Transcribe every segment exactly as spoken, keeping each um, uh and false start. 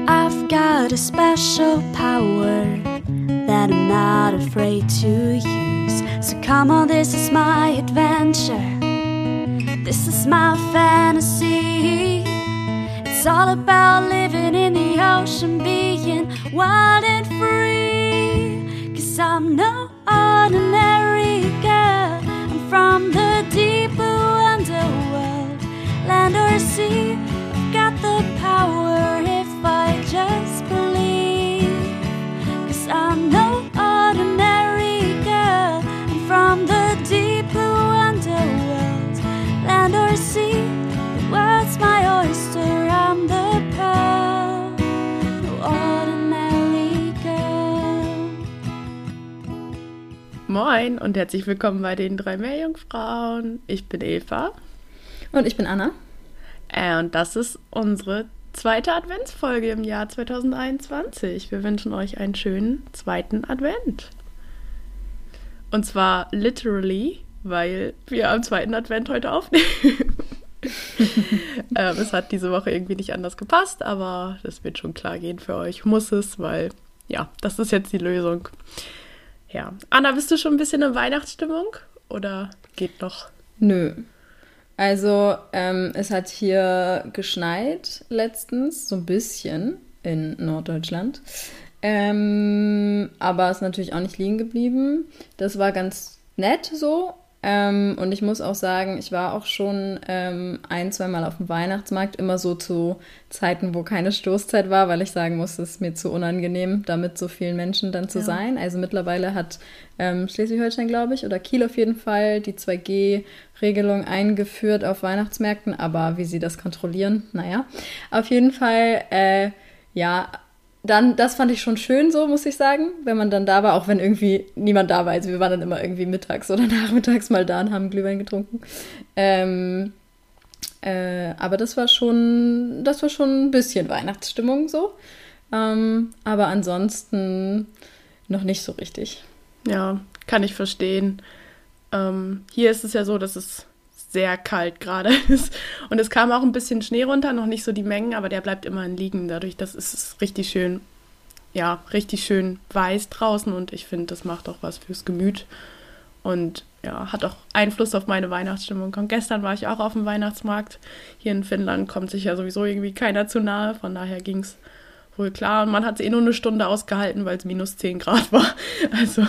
I've got a special power that I'm not afraid to use. So come on, this is my adventure. This is my fantasy. It's all about living in the ocean, being wild and free. 'Cause I'm no ordinary girl. I'm from the deep blue underworld, land or sea. I've got the power if I just believe. 'Cause I'm no ordinary girl. I'm from the deep blue underworld, land or sea. The world's my oyster. I'm the pearl, no ordinary girl. Moin und herzlich willkommen bei den drei Meerjungfrauen. Ich bin Eva. Und ich bin Anna. Äh, und das ist unsere zweite Adventsfolge im Jahr zwanzig einundzwanzig. Wir wünschen euch einen schönen zweiten Advent. Und zwar literally, weil wir am zweiten Advent heute aufnehmen. ähm, es hat diese Woche irgendwie nicht anders gepasst, aber das wird schon klar gehen für euch. Muss es, weil, ja, das ist jetzt die Lösung. Ja. Anna, bist du schon ein bisschen in Weihnachtsstimmung? Oder geht noch? Nö. Also, ähm, es hat hier geschneit letztens, so ein bisschen in Norddeutschland. Ähm, aber es ist natürlich auch nicht liegen geblieben. Das war ganz nett so. Ähm, und ich muss auch sagen, ich war auch schon ähm, ein, zwei Mal auf dem Weihnachtsmarkt, immer so zu Zeiten, wo keine Stoßzeit war, weil ich sagen muss, es ist mir zu unangenehm, da mit so vielen Menschen dann zu ja. sein. Also mittlerweile hat ähm, Schleswig-Holstein, glaube ich, oder Kiel auf jeden Fall die zwei G Regelung eingeführt auf Weihnachtsmärkten, aber wie sie das kontrollieren, naja. Auf jeden Fall, äh, ja, dann, das fand ich schon schön so, muss ich sagen, wenn man dann da war, auch wenn irgendwie niemand da war. Also wir waren dann immer irgendwie mittags oder nachmittags mal da und haben Glühwein getrunken. Ähm, äh, aber das war schon, das war schon ein bisschen Weihnachtsstimmung so. Ähm, aber ansonsten noch nicht so richtig. Ja, kann ich verstehen. Ähm, hier ist es ja so, dass es sehr kalt gerade ist. Und es kam auch ein bisschen Schnee runter, noch nicht so die Mengen, aber der bleibt immerhin liegen. Dadurch, dass es richtig schön, ja, richtig schön weiß draußen und ich finde, das macht auch was fürs Gemüt und ja, hat auch Einfluss auf meine Weihnachtsstimmung. Und gestern war ich auch auf dem Weihnachtsmarkt. Hier in Finnland kommt sich ja sowieso irgendwie keiner zu nahe, von daher ging es wohl klar. Und man hat es eh nur eine Stunde ausgehalten, weil es minus zehn Grad war. Also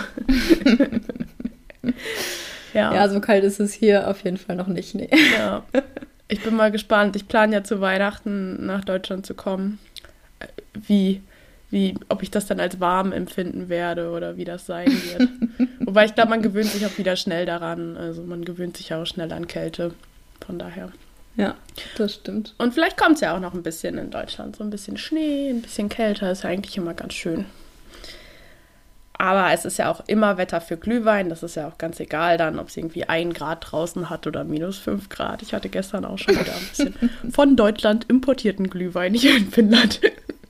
Ja. ja, so kalt ist es hier auf jeden Fall noch nicht. Nee. Ja, ich bin mal gespannt. Ich plane ja zu Weihnachten nach Deutschland zu kommen. Wie, wie, ob ich das dann als warm empfinden werde oder wie das sein wird. Wobei ich glaube, man gewöhnt sich auch wieder schnell daran. Also man gewöhnt sich auch schnell an Kälte. Von daher. Ja, das stimmt. Und vielleicht kommt es ja auch noch ein bisschen in Deutschland. So ein bisschen Schnee, ein bisschen kälter ist ja eigentlich immer ganz schön. Aber es ist ja auch immer Wetter für Glühwein. Das ist ja auch ganz egal dann, ob es irgendwie ein Grad draußen hat oder minus fünf Grad. Ich hatte gestern auch schon wieder ein bisschen von Deutschland importierten Glühwein hier in Finnland.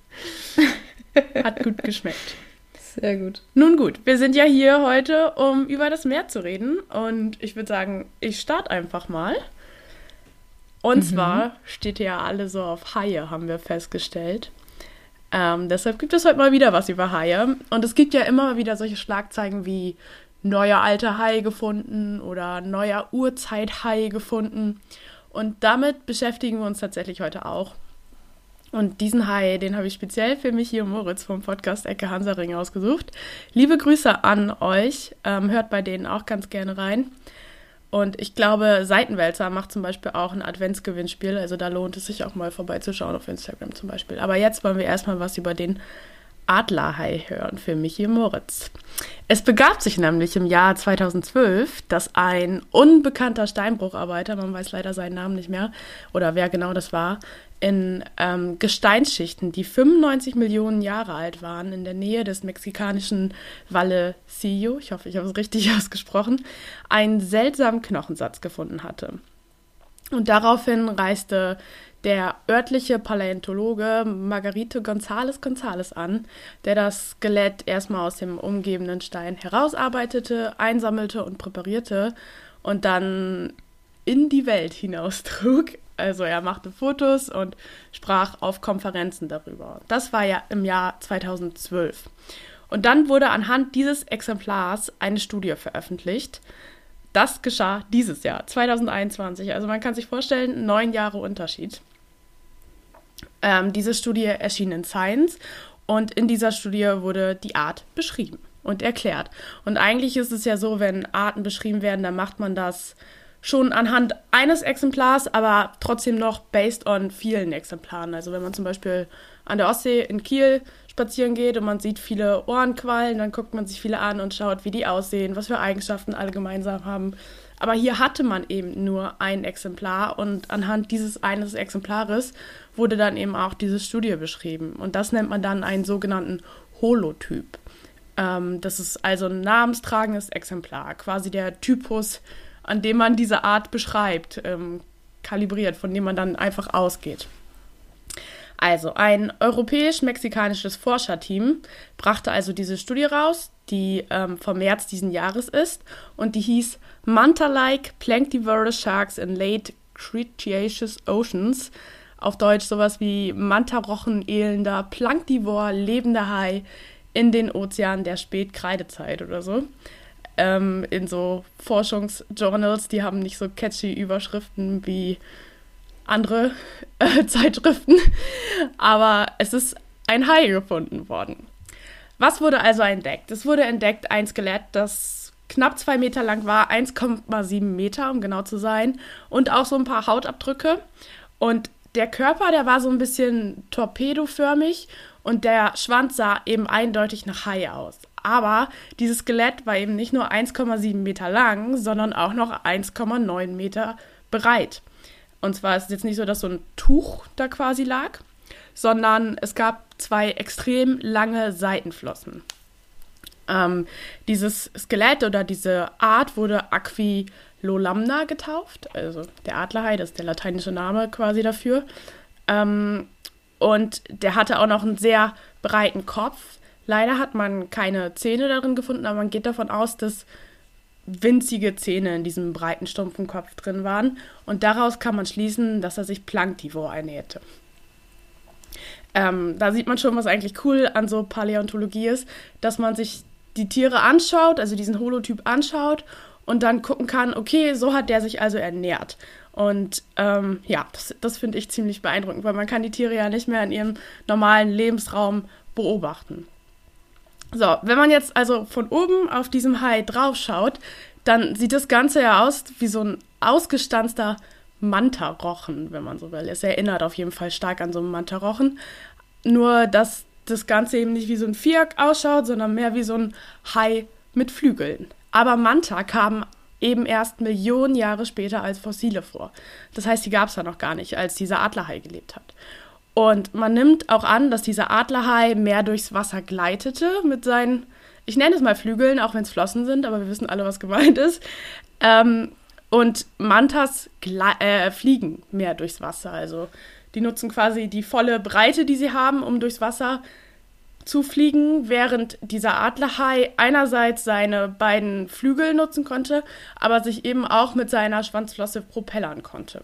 Hat gut geschmeckt. Sehr gut. Nun gut, wir sind ja hier heute, um über das Meer zu reden. Und ich würde sagen, ich starte einfach mal. Und mhm. zwar steht ja alle so auf Haie, haben wir festgestellt. Ähm, deshalb gibt es heute mal wieder was über Haie. Und es gibt ja immer wieder solche Schlagzeilen wie neuer alter Hai gefunden oder neuer Urzeithai gefunden. Und damit beschäftigen wir uns tatsächlich heute auch. Und diesen Hai, den habe ich speziell für mich hier Moritz vom Podcast Ecke Hansaring ausgesucht. Liebe Grüße an euch. Ähm, hört bei denen auch ganz gerne rein. Und ich glaube, Seitenwälzer macht zum Beispiel auch ein Adventsgewinnspiel. Also da lohnt es sich auch mal vorbeizuschauen auf Instagram zum Beispiel. Aber jetzt wollen wir erstmal was über den Adlerhai hören für Michi Moritz. Es begab sich nämlich im Jahr zweitausendzwölf, dass ein unbekannter Steinbrucharbeiter, man weiß leider seinen Namen nicht mehr, oder wer genau das war, in ähm, Gesteinsschichten, die fünfundneunzig Millionen Jahre alt waren, in der Nähe des mexikanischen Vallecillo, ich hoffe, ich habe es richtig ausgesprochen, einen seltsamen Knochensatz gefunden hatte. Und daraufhin reiste der örtliche Paläontologe Margarito González González an, der das Skelett erstmal aus dem umgebenden Stein herausarbeitete, einsammelte und präparierte und dann in die Welt hinaustrug. Also er machte Fotos und sprach auf Konferenzen darüber. Das war ja im Jahr zweitausendzwölf. Und dann wurde anhand dieses Exemplars eine Studie veröffentlicht. Das geschah dieses Jahr, zweitausendeinundzwanzig. Also man kann sich vorstellen, neun Jahre Unterschied. Ähm, diese Studie erschien in Science und in dieser Studie wurde die Art beschrieben und erklärt. Und eigentlich ist es ja so, wenn Arten beschrieben werden, dann macht man das schon anhand eines Exemplars, aber trotzdem noch based on vielen Exemplaren. Also wenn man zum Beispiel an der Ostsee in Kiel spazieren geht und man sieht viele Ohrenquallen, dann guckt man sich viele an und schaut, wie die aussehen, was für Eigenschaften alle gemeinsam haben. Aber hier hatte man eben nur ein Exemplar und anhand dieses eines Exemplares wurde dann eben auch diese Studie beschrieben. Und das nennt man dann einen sogenannten Holotyp. Ähm, das ist also ein namenstragendes Exemplar, quasi der Typus, an dem man diese Art beschreibt, ähm, kalibriert, von dem man dann einfach ausgeht. Also ein europäisch-mexikanisches Forscherteam brachte also diese Studie raus, die ähm, vom März diesen Jahres ist und die hieß Manta-like Planktivorous Sharks in Late Cretaceous Oceans. Auf Deutsch sowas wie Mantarochen elender Planktivor lebender Hai in den Ozeanen der Spätkreidezeit oder so. Ähm, in so Forschungsjournals, die haben nicht so catchy Überschriften wie andere äh, Zeitschriften, aber es ist ein Hai gefunden worden. Was wurde also entdeckt? Es wurde entdeckt ein Skelett, das knapp zwei Meter lang war, eins Komma sieben Meter, um genau zu sein, und auch so ein paar Hautabdrücke. Und der Körper, der war so ein bisschen torpedoförmig und der Schwanz sah eben eindeutig nach Hai aus. Aber dieses Skelett war eben nicht nur eins Komma sieben Meter lang, sondern auch noch eins Komma neun Meter breit. Und zwar ist es jetzt nicht so, dass so ein Tuch da quasi lag, sondern es gab zwei extrem lange Seitenflossen. Ähm, dieses Skelett oder diese Art wurde Aquilolamna getauft, also der Adlerhai, das ist der lateinische Name quasi dafür. Ähm, und der hatte auch noch einen sehr breiten Kopf. Leider hat man keine Zähne darin gefunden, aber man geht davon aus, dass winzige Zähne in diesem breiten, stumpfen Kopf drin waren. Und daraus kann man schließen, dass er sich Planktivor ernährte. Ähm, da sieht man schon, was eigentlich cool an so Paläontologie ist, dass man sich die Tiere anschaut, also diesen Holotyp anschaut und dann gucken kann, okay, so hat der sich also ernährt. Und ähm, ja, das, das finde ich ziemlich beeindruckend, weil man kann die Tiere ja nicht mehr in ihrem normalen Lebensraum beobachten. So, wenn man jetzt also von oben auf diesem Hai drauf schaut, dann sieht das Ganze ja aus wie so ein ausgestanzter Mantarochen, wenn man so will. Es erinnert auf jeden Fall stark an so einen Mantarochen. Nur, dass das Ganze eben nicht wie so ein Viereck ausschaut, sondern mehr wie so ein Hai mit Flügeln. Aber Manta kamen eben erst Millionen Jahre später als Fossile vor. Das heißt, die gab es ja noch gar nicht, als dieser Adlerhai gelebt hat. Und man nimmt auch an, dass dieser Adlerhai mehr durchs Wasser gleitete mit seinen, ich nenne es mal Flügeln, auch wenn es Flossen sind, aber wir wissen alle, was gemeint ist. Ähm, und Mantas gle- äh, fliegen mehr durchs Wasser. Also die nutzen quasi die volle Breite, die sie haben, um durchs Wasser zu fliegen, während dieser Adlerhai einerseits seine beiden Flügel nutzen konnte, aber sich eben auch mit seiner Schwanzflosse propellern konnte.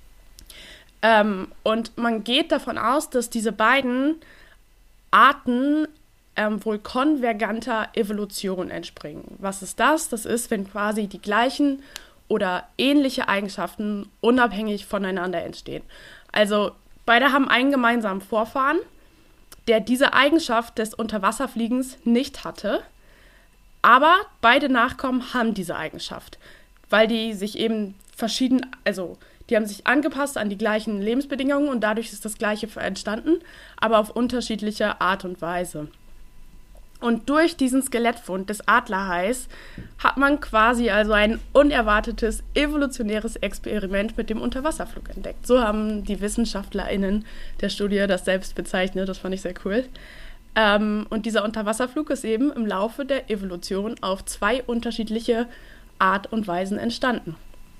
Ähm, und man geht davon aus, dass diese beiden Arten ähm, wohl konvergenter Evolution entspringen. Was ist das? Das ist, wenn quasi die gleichen oder ähnliche Eigenschaften unabhängig voneinander entstehen. Also beide haben einen gemeinsamen Vorfahren, der diese Eigenschaft des Unterwasserfliegens nicht hatte, aber beide Nachkommen haben diese Eigenschaft, weil die sich eben verschieden, also die haben sich angepasst an die gleichen Lebensbedingungen und dadurch ist das Gleiche entstanden, aber auf unterschiedliche Art und Weise. Und durch diesen Skelettfund des Adlerhais hat man quasi also ein unerwartetes evolutionäres Experiment mit dem Unterwasserflug entdeckt. So haben die WissenschaftlerInnen der Studie das selbst bezeichnet, das fand ich sehr cool. Ähm, und dieser Unterwasserflug ist eben im Laufe der Evolution auf zwei unterschiedliche Art und Weisen entstanden.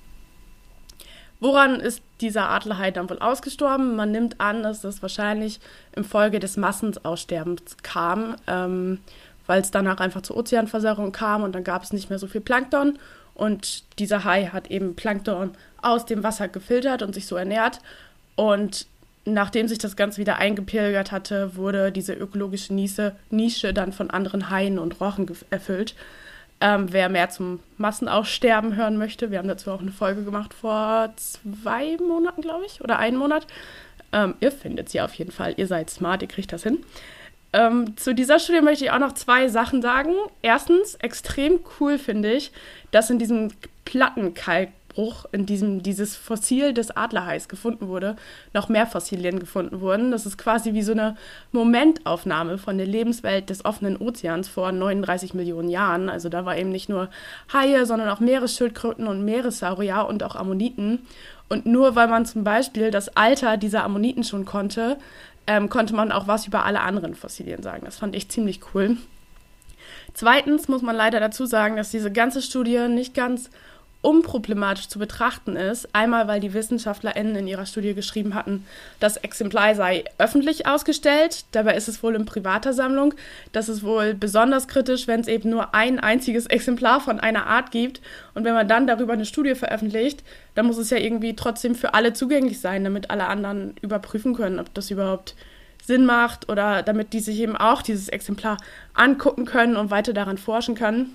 Woran ist dieser Adlerhai dann wohl ausgestorben? Man nimmt an, dass das wahrscheinlich infolge des Massenaussterbens kam, ähm, weil es danach einfach zur Ozeanversäuerung kam und dann gab es nicht mehr so viel Plankton Und dieser Hai hat eben Plankton aus dem Wasser gefiltert und sich so ernährt. Und nachdem sich das Ganze wieder eingepilgert hatte, wurde diese ökologische Nische, Nische dann von anderen Haien und Rochen gef- erfüllt. Ähm, wer mehr zum Massenaussterben hören möchte, wir haben dazu auch eine Folge gemacht vor zwei Monaten, glaube ich, oder einen Monat. Ähm, ihr findet sie auf jeden Fall, ihr seid smart, ihr kriegt das hin. Ähm, zu dieser Studie möchte ich auch noch zwei Sachen sagen. Erstens, extrem cool finde ich, dass in diesem Plattenkalkbruch, in diesem dieses Fossil des Adlerhais gefunden wurde, noch mehr Fossilien gefunden wurden. Das ist quasi wie so eine Momentaufnahme von der Lebenswelt des offenen Ozeans vor neununddreißig Millionen Jahren. Also da war eben nicht nur Haie, sondern auch Meeresschildkröten und Meeressaurier und auch Ammoniten. Und nur weil man zum Beispiel das Alter dieser Ammoniten schon konnte, ähm, konnte man auch was über alle anderen Fossilien sagen. Das fand ich ziemlich cool. Zweitens muss man leider dazu sagen, dass diese ganze Studie nicht ganz unproblematisch zu betrachten ist. Einmal, weil die WissenschaftlerInnen in ihrer Studie geschrieben hatten, das Exemplar sei öffentlich ausgestellt. Dabei ist es wohl in privater Sammlung. Das ist wohl besonders kritisch, wenn es eben nur ein einziges Exemplar von einer Art gibt. Und wenn man dann darüber eine Studie veröffentlicht, dann muss es ja irgendwie trotzdem für alle zugänglich sein, damit alle anderen überprüfen können, ob das überhaupt Sinn macht oder damit die sich eben auch dieses Exemplar angucken können und weiter daran forschen können.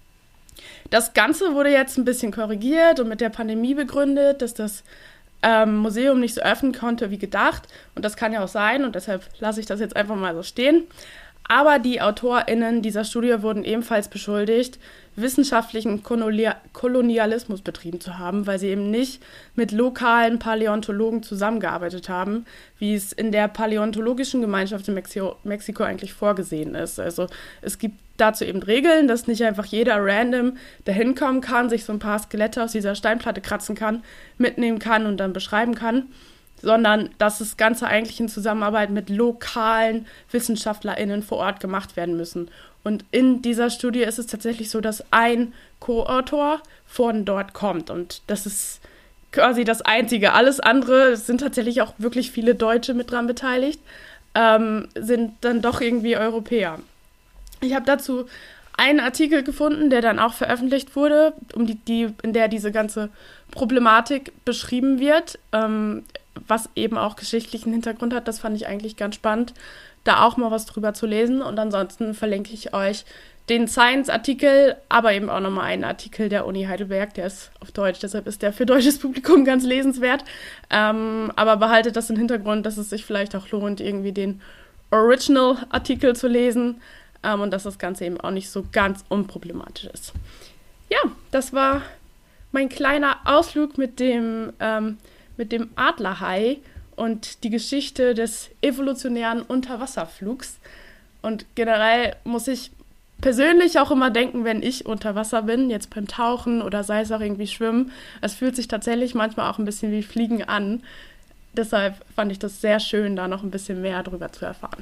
Das Ganze wurde jetzt ein bisschen korrigiert und mit der Pandemie begründet, dass das ähm, Museum nicht so öffnen konnte wie gedacht. Und das kann ja auch sein und deshalb lasse ich das jetzt einfach mal so stehen. Aber die AutorInnen dieser Studie wurden ebenfalls beschuldigt, wissenschaftlichen Kolonial- Kolonialismus betrieben zu haben, weil sie eben nicht mit lokalen Paläontologen zusammengearbeitet haben, wie es in der paläontologischen Gemeinschaft in Mexiko, Mexiko eigentlich vorgesehen ist. Also es gibt dazu eben Regeln, dass nicht einfach jeder random dahin kommen kann, sich so ein paar Skelette aus dieser Steinplatte kratzen kann, mitnehmen kann und dann beschreiben kann, sondern dass das Ganze eigentlich in Zusammenarbeit mit lokalen WissenschaftlerInnen vor Ort gemacht werden müssen. Und in dieser Studie ist es tatsächlich so, dass ein Co-Autor von dort kommt. Und das ist quasi das Einzige. Alles andere, es sind tatsächlich auch wirklich viele Deutsche mit dran beteiligt, ähm, sind dann doch irgendwie Europäer. Ich habe dazu einen Artikel gefunden, der dann auch veröffentlicht wurde, um die, die, in der diese ganze Problematik beschrieben wird, ähm, was eben auch geschichtlichen Hintergrund hat. Das fand ich eigentlich ganz spannend, da auch mal was drüber zu lesen. Und ansonsten verlinke ich euch den Science-Artikel, aber eben auch nochmal einen Artikel der Uni Heidelberg, der ist auf Deutsch, deshalb ist der für deutsches Publikum ganz lesenswert. Ähm, aber behaltet das im Hintergrund, dass es sich vielleicht auch lohnt, irgendwie den Original-Artikel zu lesen. Um, und dass das Ganze eben auch nicht so ganz unproblematisch ist. Ja, das war mein kleiner Ausflug mit dem, ähm, mit dem Adlerhai und die Geschichte des evolutionären Unterwasserflugs. Und generell muss ich persönlich auch immer denken, wenn ich unter Wasser bin, jetzt beim Tauchen oder sei es auch irgendwie Schwimmen, es fühlt sich tatsächlich manchmal auch ein bisschen wie Fliegen an. Deshalb fand ich das sehr schön, da noch ein bisschen mehr drüber zu erfahren.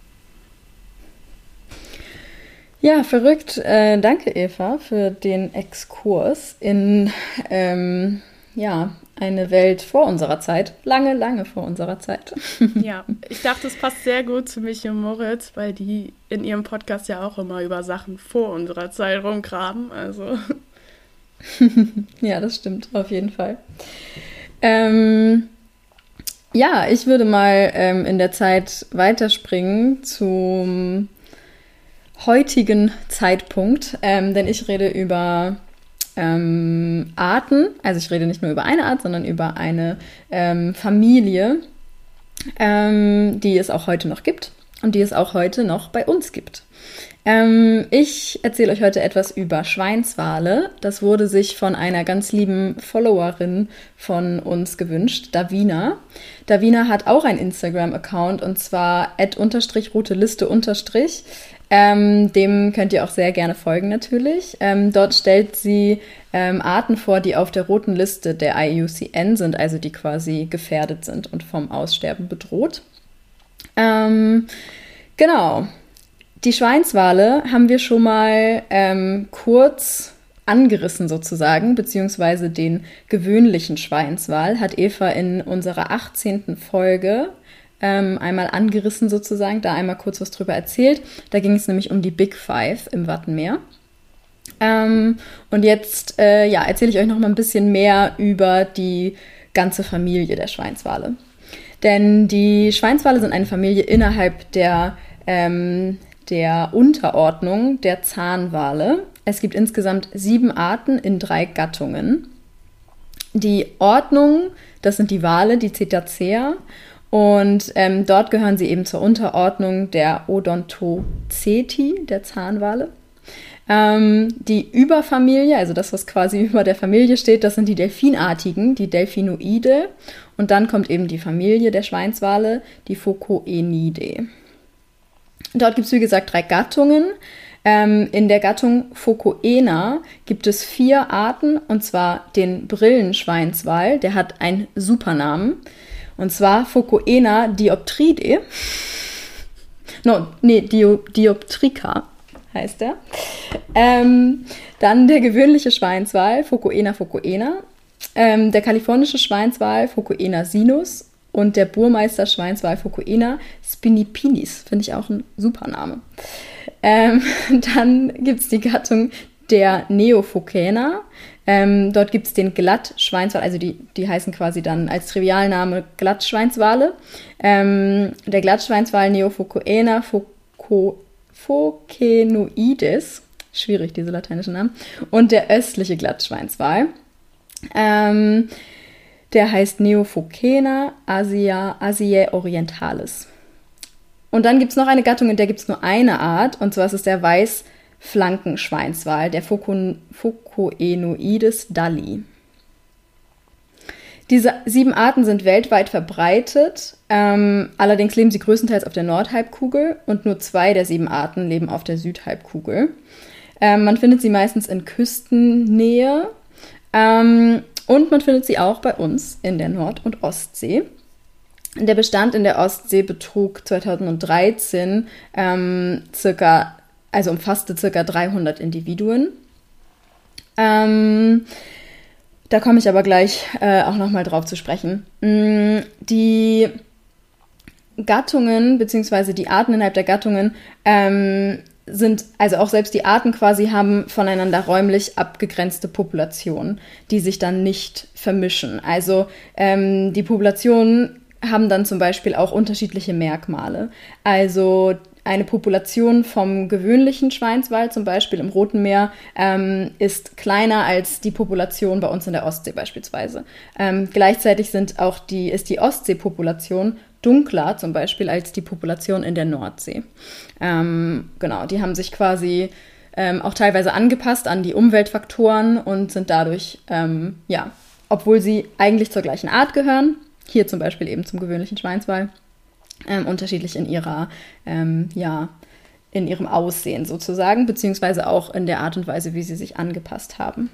Ja, verrückt. Äh, danke, Eva, für den Exkurs in ähm, ja, eine Welt vor unserer Zeit. Lange, lange vor unserer Zeit. Ja, ich dachte, es passt sehr gut zu Michi und Moritz, weil die in ihrem Podcast ja auch immer über Sachen vor unserer Zeit rumgraben. Also. Ja, das stimmt, auf jeden Fall. Ähm, ja, ich würde mal ähm, in der Zeit weiterspringen zum heutigen Zeitpunkt, ähm, denn ich rede über ähm, Arten, also ich rede nicht nur über eine Art, sondern über eine ähm, Familie, ähm, die es auch heute noch gibt und die es auch heute noch bei uns gibt. Ähm, ich erzähle euch heute etwas über Schweinswale. Das wurde sich von einer ganz lieben Followerin von uns gewünscht, Davina. Davina hat auch einen Instagram-Account und zwar at unterstrich rote Liste unterstrich. Ähm, dem könnt ihr auch sehr gerne folgen natürlich. Ähm, dort stellt sie ähm, Arten vor, die auf der roten Liste der I U C N sind, also die quasi gefährdet sind und vom Aussterben bedroht. Ähm, genau. Die Schweinswale haben wir schon mal ähm, kurz angerissen sozusagen, beziehungsweise den gewöhnlichen Schweinswal hat Eva in unserer achtzehnten Folge Ähm, einmal angerissen sozusagen, da einmal kurz was drüber erzählt. Da ging es nämlich um die Big Five im Wattenmeer. Ähm, und jetzt äh, ja, erzähle ich euch noch mal ein bisschen mehr über die ganze Familie der Schweinswale. Denn die Schweinswale sind eine Familie innerhalb der, ähm, der Unterordnung der Zahnwale. Es gibt insgesamt sieben Arten in drei Gattungen. Die Ordnung, das sind die Wale, die Cetacea. Und ähm, dort gehören sie eben zur Unterordnung der Odontoceti, der Zahnwale. Ähm, die Überfamilie, also das, was quasi über der Familie steht, das sind die Delfinartigen, die Delphinoide. Und dann kommt eben die Familie der Schweinswale, die Phocoenidae. Dort gibt es, wie gesagt, drei Gattungen. Ähm, in der Gattung Phocoena gibt es vier Arten, und zwar den Brillenschweinswal, der hat einen Supernamen. Und zwar Phocoena dioptridae. No, nee, Dio, Dioptrica heißt er. Ähm, dann der gewöhnliche Schweinswal, Phocoena phocoena. Ähm, der kalifornische Schweinswal, Phocoena sinus. Und der Burmeister-Schweinswal, Phocoena spinipinis. Finde ich auch ein super Name. Ähm, dann gibt es die Gattung der Neophocaena. Ähm, dort gibt es den Glattschweinswal, also die, die heißen quasi dann als Trivialname Glattschweinswale. Ähm, der Glattschweinswal Neophocoena phoco, phocenoides, schwierig diese lateinischen Namen, und der östliche Glattschweinswal. Ähm, der heißt Neophocena asia, asiae orientalis. Und dann gibt es noch eine Gattung, in der gibt es nur eine Art, und zwar ist es der Weißflankenschweinswal, der Phocoenoides dalli. Diese sieben Arten sind weltweit verbreitet, ähm, allerdings leben sie größtenteils auf der Nordhalbkugel und nur zwei der sieben Arten leben auf der Südhalbkugel. Ähm, man findet sie meistens in Küstennähe ähm, und man findet sie auch bei uns in der Nord- und Ostsee. Der Bestand in der Ostsee betrug zweitausenddreizehn ähm, circa, also umfasste circa dreihundert Individuen. Ähm, da komme ich aber gleich äh, auch nochmal drauf zu sprechen. Die Gattungen, beziehungsweise die Arten innerhalb der Gattungen ähm, sind, also auch selbst die Arten quasi haben voneinander räumlich abgegrenzte Populationen, die sich dann nicht vermischen. Also ähm, die Populationen haben dann zum Beispiel auch unterschiedliche Merkmale. Also eine Population vom gewöhnlichen Schweinswal, zum Beispiel im Roten Meer, ähm, ist kleiner als die Population bei uns in der Ostsee beispielsweise. Ähm, gleichzeitig sind auch die, ist die Ostseepopulation dunkler zum Beispiel als die Population in der Nordsee. Ähm, genau, die haben sich quasi ähm, auch teilweise angepasst an die Umweltfaktoren und sind dadurch, ähm, ja, obwohl sie eigentlich zur gleichen Art gehören, hier zum Beispiel eben zum gewöhnlichen Schweinswal, ähm, unterschiedlich in ihrer, ähm, ja, in ihrem Aussehen sozusagen, beziehungsweise auch in der Art und Weise, wie sie sich angepasst haben.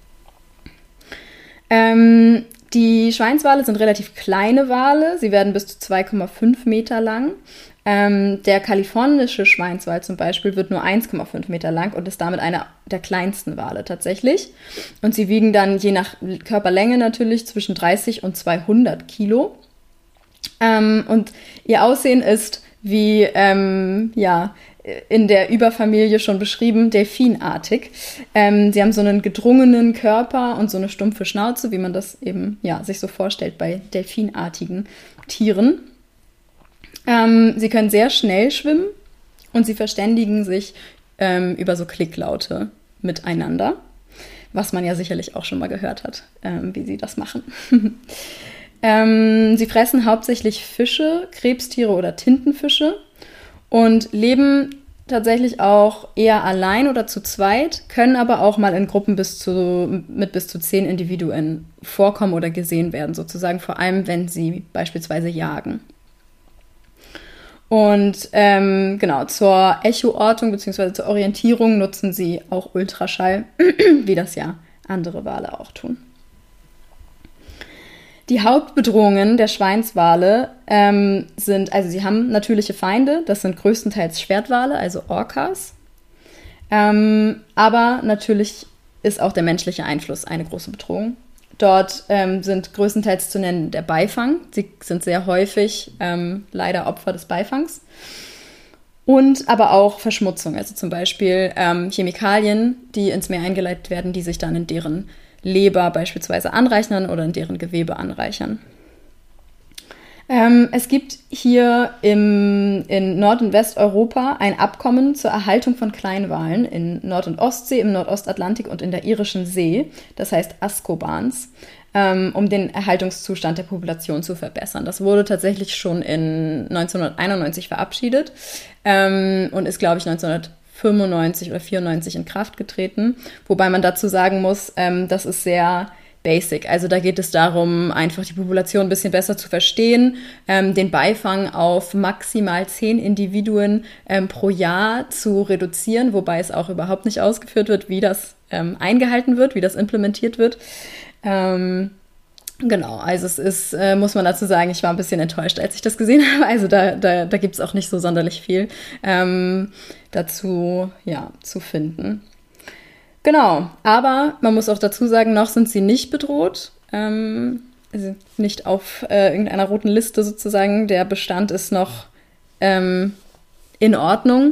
Ähm, die Schweinswale sind relativ kleine Wale, sie werden bis zu zwei Komma fünf Meter lang. Ähm, der kalifornische Schweinswal zum Beispiel wird nur eins Komma fünf Meter lang und ist damit einer der kleinsten Wale tatsächlich. Und sie wiegen dann je nach Körperlänge natürlich zwischen dreißig und zweihundert Kilo. Ähm, und ihr Aussehen ist, wie ähm, ja, in der Überfamilie schon beschrieben, delfinartig. Ähm, sie haben so einen gedrungenen Körper und so eine stumpfe Schnauze, wie man das eben ja, sich so vorstellt bei delfinartigen Tieren. Ähm, sie können sehr schnell schwimmen und sie verständigen sich ähm, über so Klicklaute miteinander, was man ja sicherlich auch schon mal gehört hat, ähm, wie sie das machen. ähm, sie fressen hauptsächlich Fische, Krebstiere oder Tintenfische und leben tatsächlich auch eher allein oder zu zweit, können aber auch mal in Gruppen bis zu, mit bis zu zehn Individuen vorkommen oder gesehen werden, sozusagen, vor allem wenn sie beispielsweise jagen. Und ähm, genau, zur Echoortung bzw. zur Orientierung nutzen sie auch Ultraschall, wie das ja andere Wale auch tun. Die Hauptbedrohungen der Schweinswale ähm, sind, also sie haben natürliche Feinde, das sind größtenteils Schwertwale, also Orcas. Ähm, aber natürlich ist auch der menschliche Einfluss eine große Bedrohung. Dort ähm, sind größtenteils zu nennen der Beifang. Sie sind sehr häufig ähm, leider Opfer des Beifangs. Und aber auch Verschmutzung, also zum Beispiel ähm, Chemikalien, die ins Meer eingeleitet werden, die sich dann in deren Leber beispielsweise anreichern oder in deren Gewebe anreichern. Ähm, es gibt hier im, in Nord- und Westeuropa ein Abkommen zur Erhaltung von Kleinwalen in Nord- und Ostsee, im Nordostatlantik und in der Irischen See, das heißt ASCOBANS, ähm, um den Erhaltungszustand der Population zu verbessern. Das wurde tatsächlich schon in neunzehnhunderteinundneunzig verabschiedet ähm, und ist, glaube ich, neunzehnhundertfünfundneunzig oder vierundneunzig in Kraft getreten, wobei man dazu sagen muss, ähm, das ist sehr basic. Also da geht es darum, einfach die Population ein bisschen besser zu verstehen, ähm, den Beifang auf maximal zehn Individuen ähm, pro Jahr zu reduzieren, wobei es auch überhaupt nicht ausgeführt wird, wie das ähm, eingehalten wird, wie das implementiert wird. Ähm, genau, also es ist, äh, muss man dazu sagen, ich war ein bisschen enttäuscht, als ich das gesehen habe. Also da, da, da gibt es auch nicht so sonderlich viel ähm, dazu ja, zu finden. Genau, aber man muss auch dazu sagen, noch sind sie nicht bedroht, ähm, also nicht auf äh, irgendeiner roten Liste sozusagen. Der Bestand ist noch ähm, in Ordnung.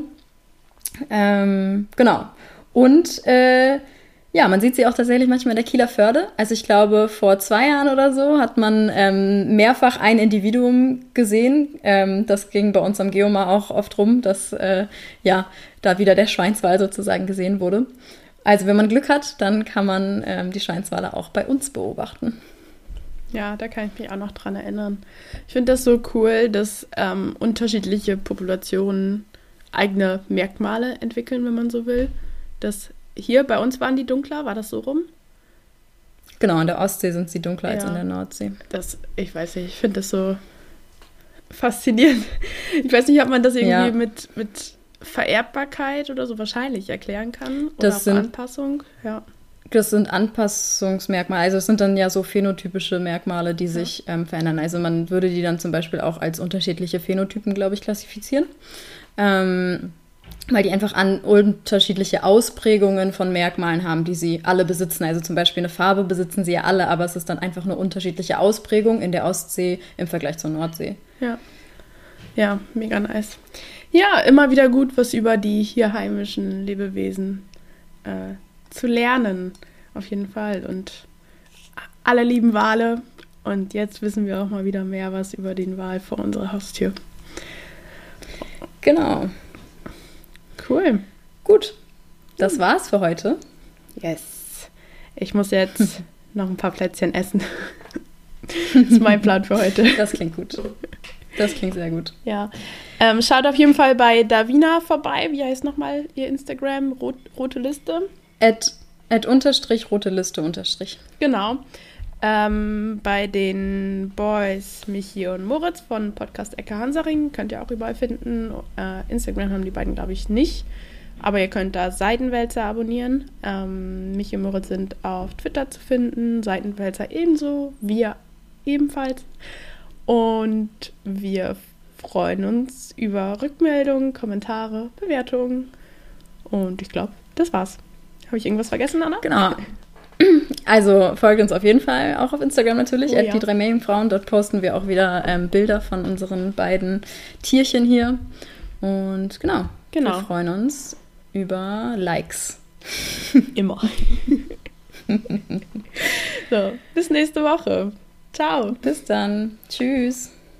Ähm, genau. Und äh, ja, man sieht sie auch tatsächlich manchmal in der Kieler Förde. Also ich glaube, vor zwei Jahren oder so hat man ähm, mehrfach ein Individuum gesehen. Ähm, das ging bei uns am Geomar auch oft rum, dass äh, ja da wieder der Schweinswal sozusagen gesehen wurde. Also wenn man Glück hat, dann kann man ähm, die Schweinswale auch bei uns beobachten. Ja, da kann ich mich auch noch dran erinnern. Ich finde das so cool, dass ähm, unterschiedliche Populationen eigene Merkmale entwickeln, wenn man so will. Das hier bei uns waren die dunkler, war das so rum? Genau, in der Ostsee sind sie dunkler ja, als in der Nordsee. Das, ich weiß nicht, ich finde das so faszinierend. Ich weiß nicht, ob man das irgendwie ja. mit, mit Vererbbarkeit oder so wahrscheinlich erklären kann. Oder das auch sind, Anpassung, ja. Das sind Anpassungsmerkmale, also es sind dann ja so phänotypische Merkmale, die ja. sich ähm, verändern. Also man würde die dann zum Beispiel auch als unterschiedliche Phänotypen, glaube ich, klassifizieren. Ähm, weil die einfach an unterschiedliche Ausprägungen von Merkmalen haben, die sie alle besitzen. Also zum Beispiel eine Farbe besitzen sie ja alle, aber es ist dann einfach eine unterschiedliche Ausprägung in der Ostsee im Vergleich zur Nordsee. Ja, ja, mega nice. Ja, immer wieder gut, was über die hier heimischen Lebewesen äh, zu lernen, auf jeden Fall. Und alle lieben Wale. Und jetzt wissen wir auch mal wieder mehr was über den Wal vor unserer Haustür. Genau. Cool. Gut, das war's für heute. Yes. Ich muss jetzt noch ein paar Plätzchen essen. Das ist mein Plan für heute. Das klingt gut. Das klingt sehr gut. Ja. Ähm, schaut auf jeden Fall bei Davina vorbei. Wie heißt nochmal ihr Instagram? Rot, rote Liste? At, at unterstrich, rote Liste unterstrich. Genau. Ähm, bei den Boys Michi und Moritz von Podcast Ecke Hansaring könnt ihr auch überall finden. Äh, Instagram haben die beiden, glaube ich, nicht. Aber ihr könnt da Seitenwälzer abonnieren. Ähm, Michi und Moritz sind auf Twitter zu finden. Seitenwälzer ebenso. Wir ebenfalls. Und wir freuen uns über Rückmeldungen, Kommentare, Bewertungen. Und ich glaube, das war's. Habe ich irgendwas vergessen, Anna? Genau. Also folgt uns auf jeden Fall auch auf Instagram natürlich, oh, at ja. die drei Meerjungfrauen. Dort posten wir auch wieder ähm, Bilder von unseren beiden Tierchen hier. Und genau, genau. wir freuen uns über Likes. Immer. So, bis nächste Woche. Ciao. Bis dann. Tschüss.